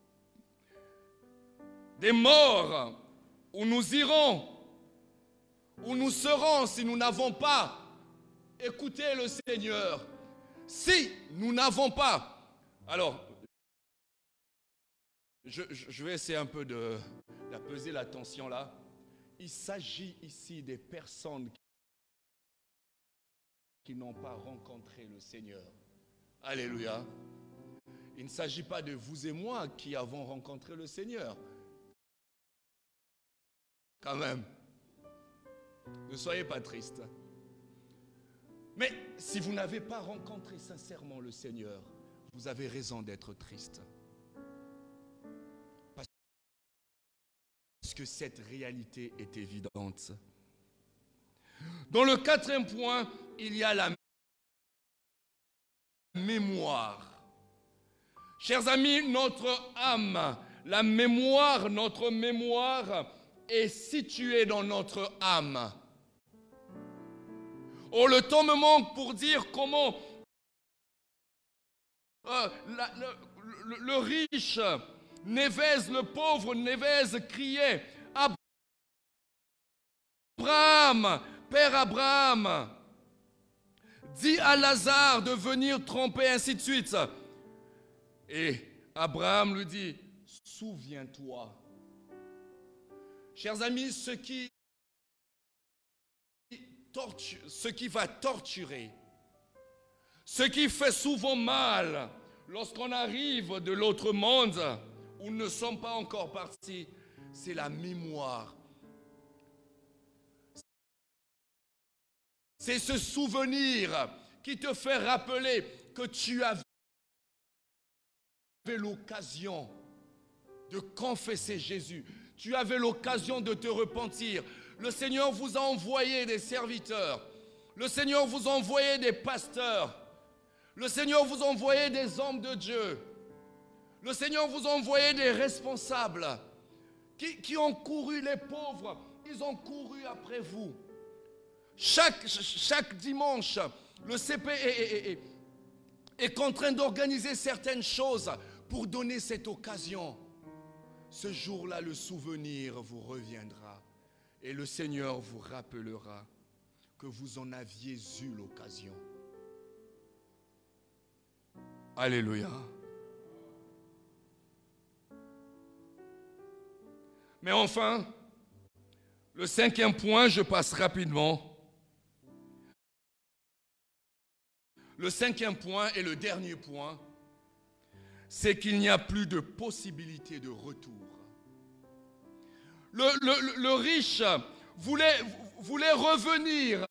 des morts, où nous irons, où nous serons si nous n'avons pas écouté le Seigneur, si nous n'avons pas. Alors, je vais essayer un peu d'apaiser la tension là. Il s'agit ici des personnes qui n'ont pas rencontré le Seigneur. Alléluia. Il ne s'agit pas de vous et moi qui avons rencontré le Seigneur. Quand même. Ne soyez pas tristes. Mais si vous n'avez pas rencontré sincèrement le Seigneur, vous avez raison d'être triste. Parce que cette réalité est évidente. Dans le quatrième point, il y a la mémoire. Chers amis, notre âme, la mémoire, notre mémoire est située dans notre âme. Oh, le temps me manque pour dire comment le riche Névès, le pauvre Névès criait Abraham, Père Abraham, dis à Lazare de venir tremper, ainsi de suite. Et Abraham lui dit, souviens-toi. Chers amis, ce qui va torturer, ce qui fait souvent mal lorsqu'on arrive de l'autre monde où nous ne sommes pas encore partis, c'est la mémoire. C'est ce souvenir qui te fait rappeler que tu avais l'occasion de confesser Jésus. Tu avais l'occasion de te repentir. Le Seigneur vous a envoyé des serviteurs. Le Seigneur vous a envoyé des pasteurs. Le Seigneur vous a envoyé des hommes de Dieu. Le Seigneur vous a envoyé des responsables qui ont couru, les pauvres. Ils ont couru après vous. Chaque dimanche, le CP est en train d'organiser certaines choses pour donner cette occasion. Ce jour-là, le souvenir vous reviendra et le Seigneur vous rappellera que vous en aviez eu l'occasion. Alléluia. Mais enfin, le 5e point, je passe rapidement. Le 5e point et le dernier point, c'est qu'il n'y a plus de possibilité de retour. Le riche voulait revenir.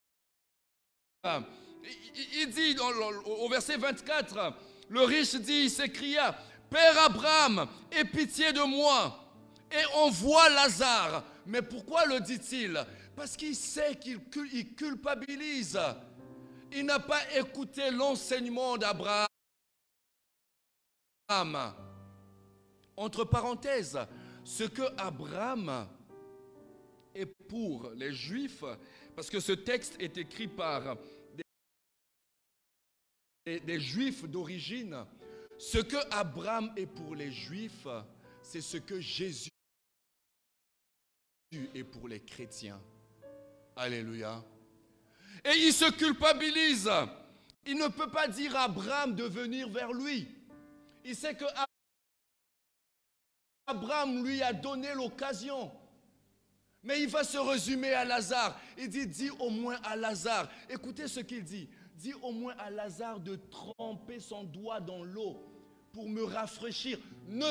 Il dit au verset 24, le riche dit, il s'écria, Père Abraham, aie pitié de moi et envoie Lazare. Mais pourquoi le dit-il? Parce qu'il sait qu'il culpabilise. Il n'a pas écouté l'enseignement d'Abraham. Entre parenthèses, ce que Abraham est pour les Juifs, parce que ce texte est écrit par des Juifs d'origine, ce que Abraham est pour les Juifs, c'est ce que Jésus est pour les chrétiens. Alléluia. Et il se culpabilise. Il ne peut pas dire à Abraham de venir vers lui. Il sait que Abraham lui a donné l'occasion. Mais il va se résumer à Lazare. Il dit, dis au moins à Lazare. Écoutez ce qu'il dit. Dis au moins à Lazare de tremper son doigt dans l'eau pour me rafraîchir. Ne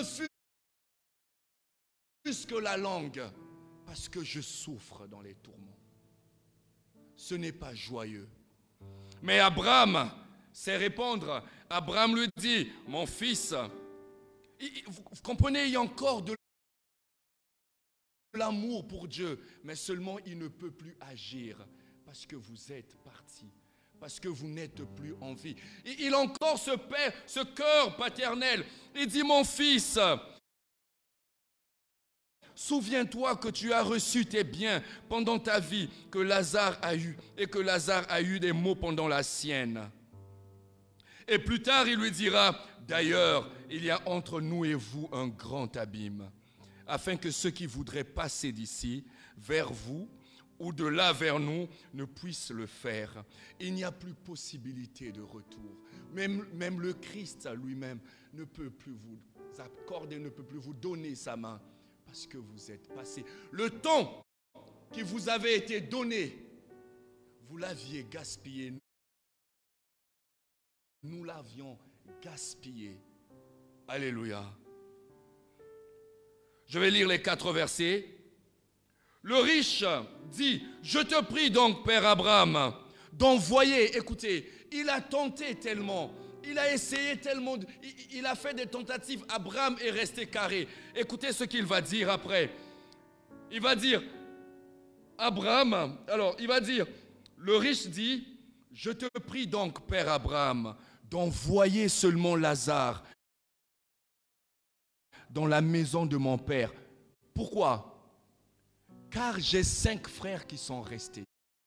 fût-ce que la langue, parce que je souffre dans les tourments. Ce n'est pas joyeux. Mais Abraham sait répondre. Abraham lui dit, mon fils, vous comprenez, il y a encore de l'amour pour Dieu, mais seulement il ne peut plus agir parce que vous êtes parti, parce que vous n'êtes plus en vie. Il a encore ce cœur paternel. Il dit, mon fils, souviens-toi que tu as reçu tes biens pendant ta vie que Lazare a eu et que Lazare a eu des maux pendant la sienne. Et plus tard, il lui dira, d'ailleurs, il y a entre nous et vous un grand abîme, afin que ceux qui voudraient passer d'ici vers vous ou de là vers nous ne puissent le faire. Il n'y a plus possibilité de retour. Même le Christ lui-même ne peut plus vous accorder, ne peut plus vous donner sa main parce que vous êtes passé. Le temps qui vous avait été donné, vous l'aviez gaspillé. Nous l'avions gaspillé. Alléluia. Je vais lire les 4 versets. Le riche dit, je te prie donc, Père Abraham, d'envoyer. Écoutez, il a tenté tellement, il a essayé tellement, il a fait des tentatives. Abraham est resté carré. Écoutez ce qu'il va dire après. Il va dire, Abraham, alors il va dire, le riche dit, je te prie donc, Père Abraham, d'envoyer seulement Lazare dans la maison de mon père. Pourquoi? Car j'ai 5 frères qui sont restés.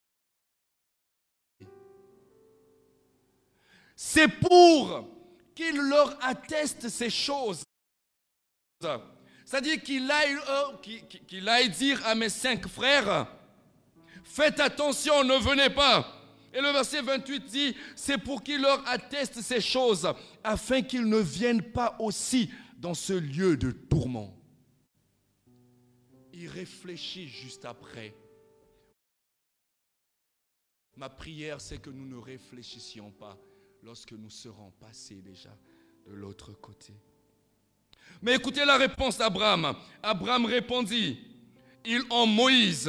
C'est pour qu'il leur atteste ces choses. C'est-à-dire qu'il aille dire à mes 5 frères, faites attention, ne venez pas. Et le verset 28 dit, c'est pour qu'il leur atteste ces choses, afin qu'ils ne viennent pas aussi dans ce lieu de tourment. Il réfléchit juste après. Ma prière, c'est que nous ne réfléchissions pas lorsque nous serons passés déjà de l'autre côté. Mais écoutez la réponse d'Abraham. Abraham répondit, ils ont Moïse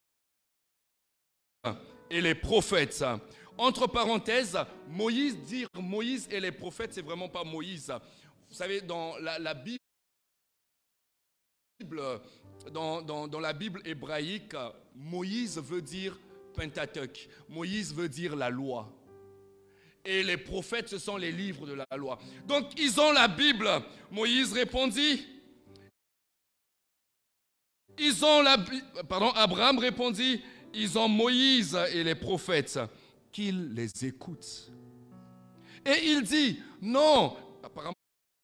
et les prophètes. Entre parenthèses, Moïse, dire Moïse et les prophètes, c'est vraiment pas Moïse. Vous savez, dans la Bible, dans la Bible hébraïque, Moïse veut dire Pentateuque. Moïse veut dire la loi. Et les prophètes, ce sont les livres de la loi. Donc, ils ont la Bible. Moïse répondit. Abraham répondit, ils ont Moïse et les prophètes, qu'ils les écoutent. Et il dit, non, apparemment,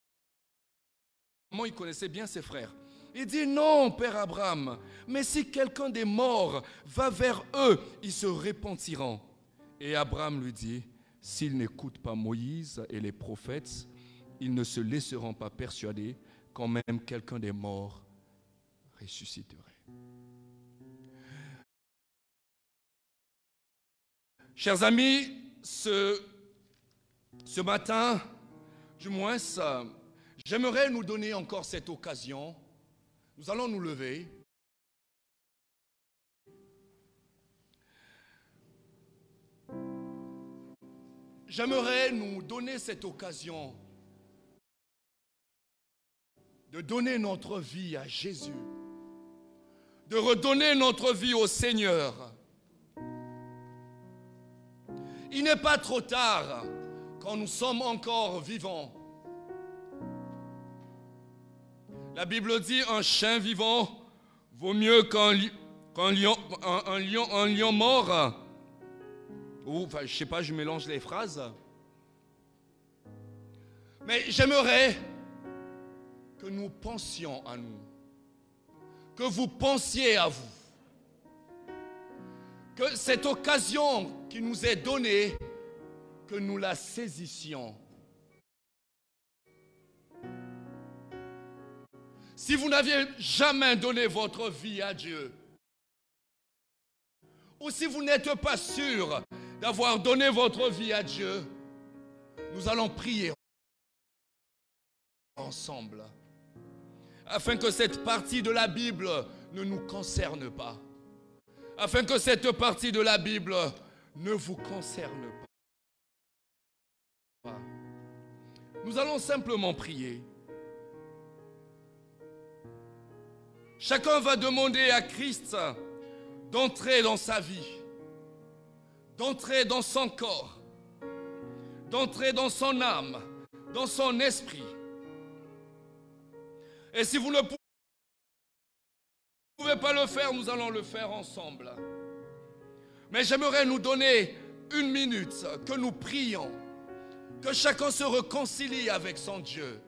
il connaissait bien ses frères. Il dit, non, Père Abraham, mais si quelqu'un des morts va vers eux, ils se repentiront. Et Abraham lui dit, s'ils n'écoutent pas Moïse et les prophètes, ils ne se laisseront pas persuader quand même quelqu'un des morts ressusciterait. Chers amis, ce matin, du moins, j'aimerais nous donner encore cette occasion. Nous allons nous lever. J'aimerais nous donner cette occasion de donner notre vie à Jésus, de redonner notre vie au Seigneur. Il n'est pas trop tard quand nous sommes encore vivants. La Bible dit un chien vivant vaut mieux qu'un lion mort. Ou, enfin, je ne sais pas, je mélange les phrases. Mais j'aimerais que nous pensions à nous, que vous pensiez à vous, que cette occasion qui nous est donnée, que nous la saisissions. Si vous n'aviez jamais donné votre vie à Dieu, ou si vous n'êtes pas sûr d'avoir donné votre vie à Dieu, nous allons prier ensemble, afin que cette partie de la Bible ne nous concerne pas, afin que cette partie de la Bible ne vous concerne pas. Nous allons simplement prier. Chacun va demander à Christ d'entrer dans sa vie, d'entrer dans son corps, d'entrer dans son âme, dans son esprit. Et si vous ne pouvez pas le faire, nous allons le faire ensemble. Mais j'aimerais nous donner 1 minute que nous prions, que chacun se réconcilie avec son Dieu.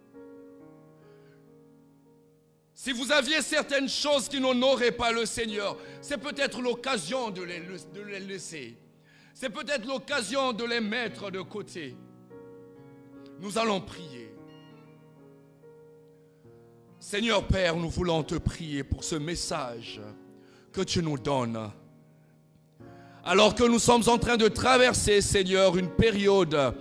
Si vous aviez certaines choses qui n'honoraient pas le Seigneur, c'est peut-être l'occasion de les laisser. C'est peut-être l'occasion de les mettre de côté. Nous allons prier. Seigneur Père, nous voulons te prier pour ce message que tu nous donnes. Alors que nous sommes en train de traverser, Seigneur, une période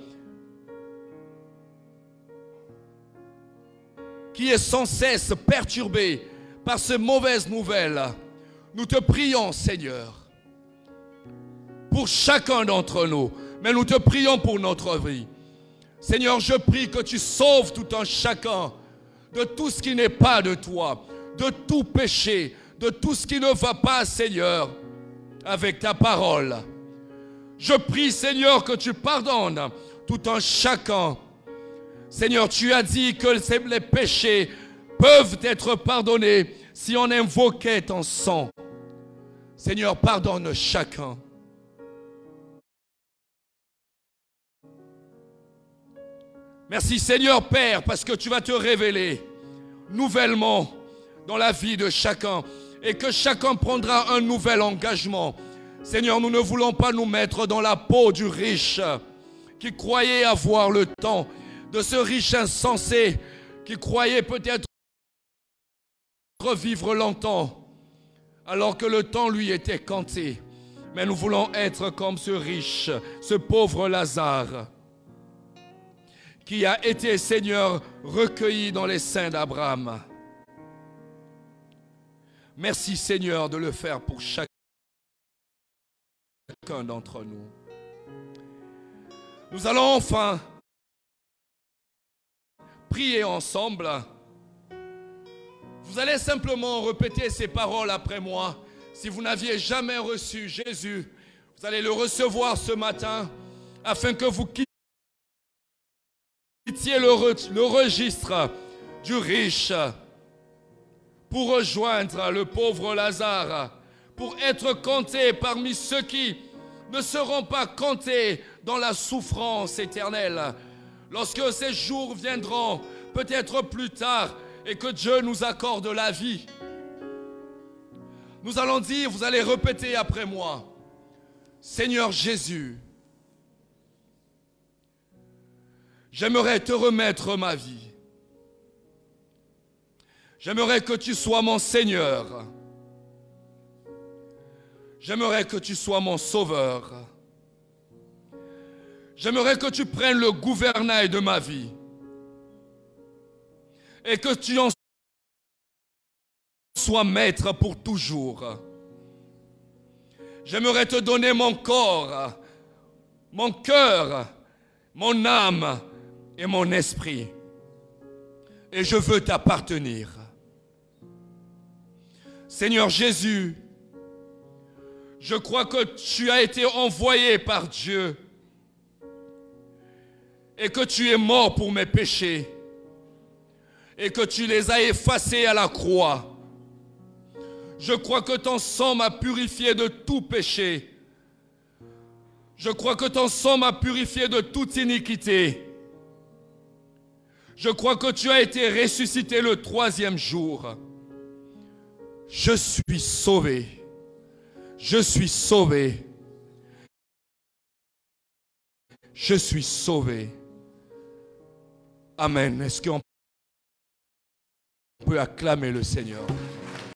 qui est sans cesse perturbée par ces mauvaises nouvelles, nous te prions, Seigneur, pour chacun d'entre nous, mais nous te prions pour notre vie. Seigneur, je prie que tu sauves tout un chacun de tout ce qui n'est pas de toi, de tout péché, de tout ce qui ne va pas, Seigneur, avec ta parole. Je prie, Seigneur, que tu pardonnes tout un chacun. Seigneur, tu as dit que les péchés peuvent être pardonnés si on invoquait ton sang. Seigneur, pardonne chacun. Merci Seigneur Père, parce que tu vas te révéler nouvellement dans la vie de chacun et que chacun prendra un nouvel engagement. Seigneur, nous ne voulons pas nous mettre dans la peau du riche qui croyait avoir le temps, de ce riche insensé qui croyait peut-être vivre longtemps alors que le temps lui était compté. Mais nous voulons être comme ce riche, ce pauvre Lazare qui a été, Seigneur, recueilli dans les seins d'Abraham. Merci Seigneur de le faire pour chacun d'entre nous. Nous allons enfin prier ensemble. Vous allez simplement répéter ces paroles après moi. Si vous n'aviez jamais reçu Jésus, vous allez le recevoir ce matin afin que vous quittiez le registre du riche pour rejoindre le pauvre Lazare, pour être compté parmi ceux qui ne seront pas comptés dans la souffrance éternelle. Lorsque ces jours viendront, peut-être plus tard, et que Dieu nous accorde la vie, nous allons dire, vous allez répéter après moi, Seigneur Jésus, J'aimerais te remettre ma vie. J'aimerais que tu sois mon Seigneur. J'aimerais que tu sois mon Sauveur. J'aimerais que tu prennes le gouvernail de ma vie et que tu en sois maître pour toujours. J'aimerais te donner mon corps, mon cœur, mon âme et mon esprit. Et je veux t'appartenir. Seigneur Jésus, je crois que tu as été envoyé par Dieu et que tu es mort pour mes péchés et que tu les as effacés à la croix. Je crois que ton sang m'a purifié de tout péché. Je crois que ton sang m'a purifié de toute iniquité. Je crois que tu as été ressuscité le 3e jour. Je suis sauvé. Je suis sauvé. Je suis sauvé. Amen. Est-ce qu'on peut acclamer le Seigneur?